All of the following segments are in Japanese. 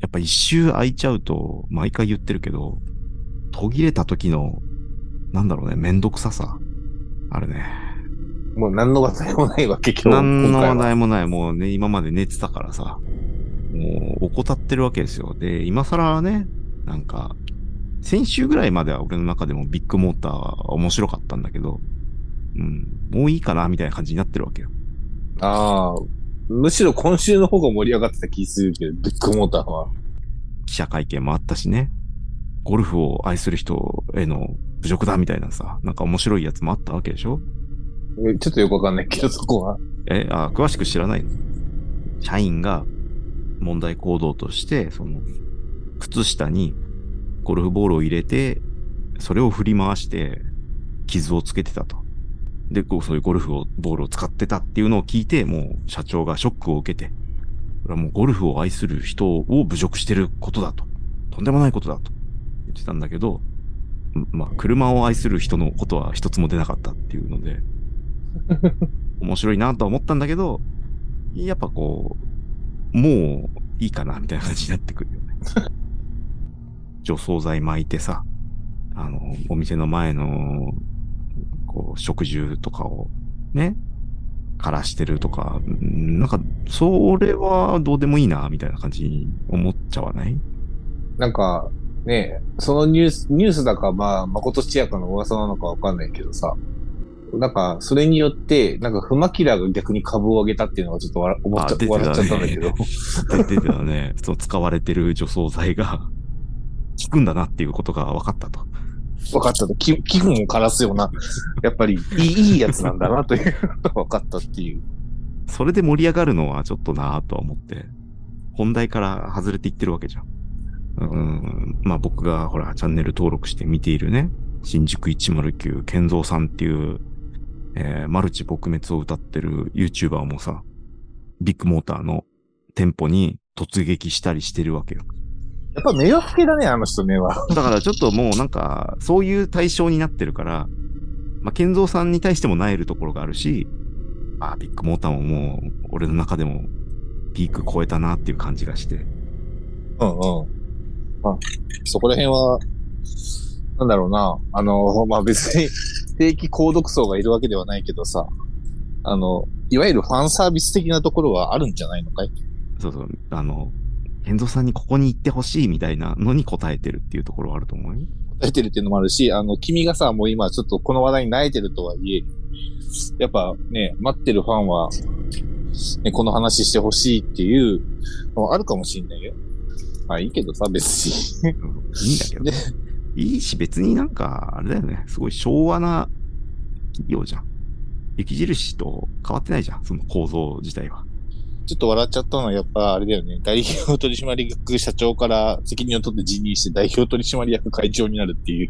やっぱ一周空いちゃうと、毎回言ってるけど、途切れた時の、なんだろうね、めんどくささ。あるね。 もう何の話題もないわけ、 何の話今回は。 題もない。もうね、今まで寝てたからさ、もう怠ってるわけですよ。で、今更ね、なんか、先週ぐらいまでは俺の中でもビッグモーターは面白かったんだけど、うん、もういいかなみたいな感じになってるわけよ。 ああ、むしろ今週の方が盛り上がってた気するけど、ビッグモーターは。 記者会見もあったしね、ゴルフを愛する人への侮辱だみたいなさ、なんか面白いやつもあったわけでしょ。 ちょっとよくわかんないけど、そこは。 詳しく知らないの。社員が問題行動として、その、靴下にゴルフボールを入れて、それを振り回して、傷をつけてたと。で、そういうゴルフボールを使ってたっていうのを聞いて、もう社長がショックを受けて、これはもうゴルフを愛する人を侮辱してることだと。とんでもないことだと言ってたんだけど、まあ、車を愛する人のことは一つも出なかったっていうので、面白いなとは思ったんだけど、やっぱこう、もういいかなみたいな感じになってくるよね。除草剤巻いてさ、お店の前の、こう、食事とかを、ね、枯らしてるとか、なんか、それはどうでもいいな、みたいな感じに思っちゃわない？ なんか、ね、そのニュースだか、まあ、まことしやかの噂なのかわかんないけどさ、なんか、それによって、なんか、フマキラが逆に株を上げたっていうのはちょっとあ、出て笑っちゃったんだたね。 けど。 出てたね。その使われてる除草剤が効くんだなっていうことが分かったと。 分かったと。気分を枯らすような、やっぱりいいやつなんだなということが分かったっていう。 それで盛り上がるのはちょっとなぁとは思って、本題から外れていってるわけじゃん。まあ僕がほら、チャンネル登録して見ているね、新宿109健三さんっていう、マルチ撲滅を歌ってる YouTuber もさ、ビッグモーターの店舗に突撃したりしてるわけよ。 やっぱ迷惑系だね、あの人ねは。 だからちょっともうなんか、そういう対象になってるから、まあ、健三さんに対しても萎えるところがあるし、ビッグモーターももう、俺の中でもピーク超えたなっていう感じがして。 うんうん。まあ、そこら辺は、なんだろうな。まあ別に正規購読層がいるわけではないけどさ、いわゆるファンサービス的なところはあるんじゃないのかい？ そうそう、健三さんにここに行ってほしいみたいなのに応えてるっていうところはあると思うよ。 答えてるっていうのもあるし、君がさ、もう今ちょっとこの話題に慣れてるとはいえ、やっぱね、待ってるファンは、ね、この話してほしいっていうのはあるかもしんないよ。まあいいけどさ、別に。 いいんだけどで、 ね。いいし、別になんか、あれだよね。すごい昭和な企業じゃん。雪印と変わってないじゃん。その構造自体は。 ちょっと笑っちゃったのはやっぱあれだよね。代表取締役社長から責任を取って辞任して代表取締役会長になるっていう。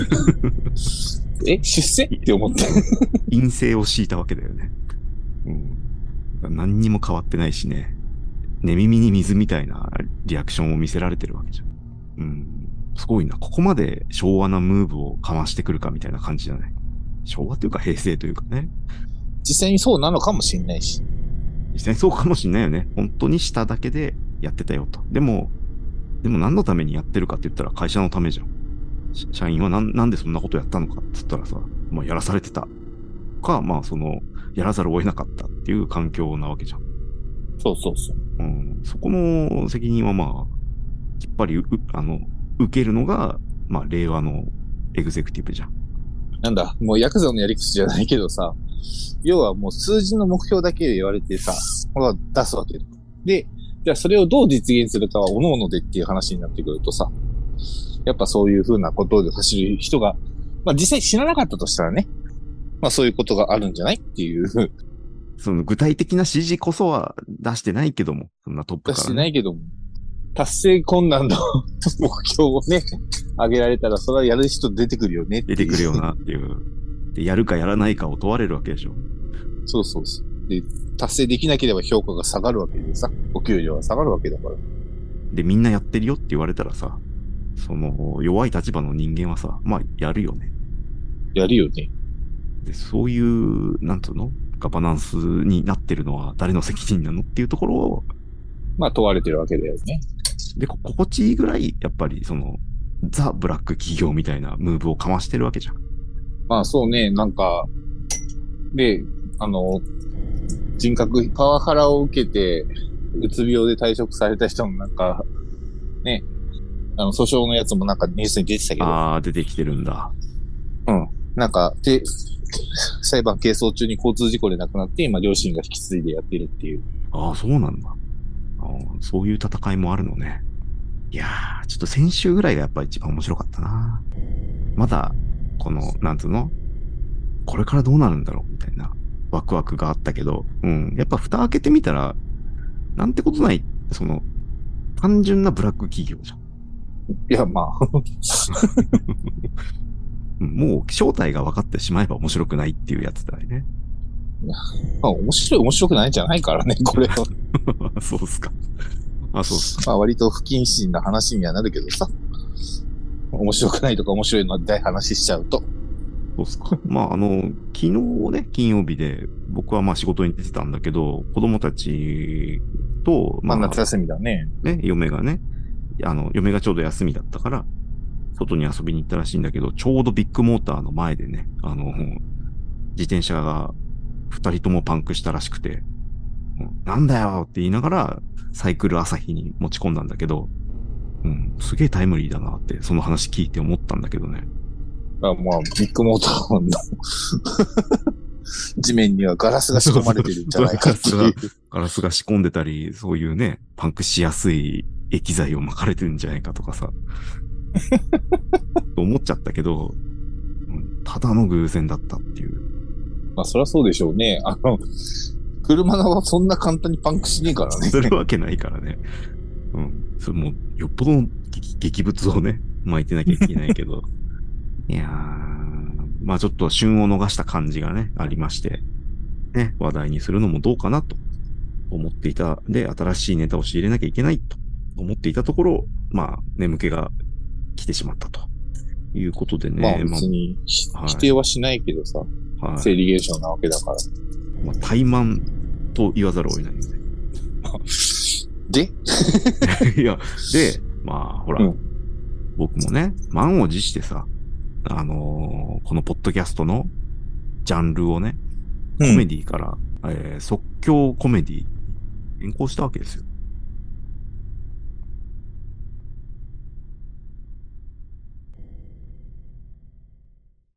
出世って思って。 陰性を敷いたわけだよね。うん。何にも変わってないしね。寝耳に水みたいなリアクションを見せられてるわけじゃん。うん。すごいな。ここまで昭和なムーブをかましてくるかみたいな感じじゃない？昭和というか平成というかね。 実際にそうなのかもしんないし。 実際にそうかもしんないよね。本当にしただけでやってたよと。でも何のためにやってるかって言ったら会社のためじゃん。社員はなんでそんなことやったのかって言ったらさ、まあやらされてたか、まあやらざるを得なかったっていう環境なわけじゃん。 そうそうそう。 うん。そこの責任はまあ、きっぱり受けるのが、まあ令和のエグゼクティブじゃん。 なんだ、もうヤクザのやり口じゃないけどさ、要はもう数字の目標だけで言われてさ、ほら出すわけで、じゃあそれをどう実現するかは各々でっていう話になってくるとさ、やっぱそういうふうなことで走る人が、まあ実際知らなかったとしたらね、まあそういうことがあるんじゃないっていう、 その具体的な指示こそは出してないけども、そんなトップ出しからね。 てないけども、達成困難の目標をね、上げられたら、それはやる人出てくるよねっていう。 出てくるよなっていう。で、やるかやらないかを問われるわけでしょ。 そうそうそう。で、達成できなければ評価が下がるわけでさ、お給料が下がるわけだから。 で、みんなやってるよって言われたらさ、その弱い立場の人間はさ、まあやるよね。 やるよね。 で、そういう、なんつうのガバナンスになってるのは誰の責任なのっていうところを、 まあ問われてるわけだよね。 で、心地いいぐらい、やっぱりザ・ブラック企業みたいなムーブをかましてるわけじゃん。 まあそうね、なんか、で、人格、パワハラを受けて、うつ病で退職された人のなんか、ね、訴訟のやつもなんかニュースに出てたけど、 ああ、出てきてるんだ。 うん。なんか、で、裁判係争中に交通事故で亡くなって、今両親が引き継いでやってるっていう。 ああ、そうなんだ。あーそういう戦いもあるのね。いやー、ちょっと先週ぐらいがやっぱ一番面白かったな。まだ、なんつうのこれからどうなるんだろうみたいなワクワクがあったけど、うん。やっぱ蓋開けてみたら、なんてことない、単純なブラック企業じゃん。 いや、まあ、 うんもう正体が分かってしまえば面白くないっていうやつだよね。 まあ、面白くないんじゃないからね、これは。 そうっすか。あ、そうっすか。 まあ、割と不謹慎な話にはなるけどさ。面白くないとか面白いので話しちゃうと。 そうっすか。まあ、昨日ね、金曜日で、僕はまあ仕事に出てたんだけど、子供たちと、 まあ、 まあ、 夏休みだね。 ね、嫁がね、嫁がちょうど休みだったから、外に遊びに行ったらしいんだけど、ちょうどビッグモーターの前でね、自転車が二人ともパンクしたらしくて、なんだよって言いながら、サイクル朝日に持ち込んだんだけど、すげえタイムリーだなって、その話聞いて思ったんだけどね。 まあ、ビッグモーターの地面にはガラスが仕込まれてるんじゃないかっていう。 ガラスが仕込んでたり、そういうね、パンクしやすい液剤を巻かれてるんじゃないかとかさ、と思っちゃったけど、ただの偶然だったっていう。 まあ、そりゃそうでしょうね。車はそんな簡単にパンクしねえからね。 するわけないからね。それもう、よっぽどの劇物をね、巻いてなきゃいけないけど。いやー、まあちょっと旬を逃した感じがね、ありまして、ね、話題にするのもどうかなと思っていた。で、新しいネタを仕入れなきゃいけないと思っていたところ、まあ、眠気が来てしまったということでまあね。 別にはい否定はしないけどさ、 はい。 生理現象なわけだから。 まあ、怠慢と言わざるを得ないよね。 でいや、で、まあ、ほら、 うん僕もね、満を持してさ、このポッドキャストのジャンルをね、コメディから、即興コメディに変更したわけですよ。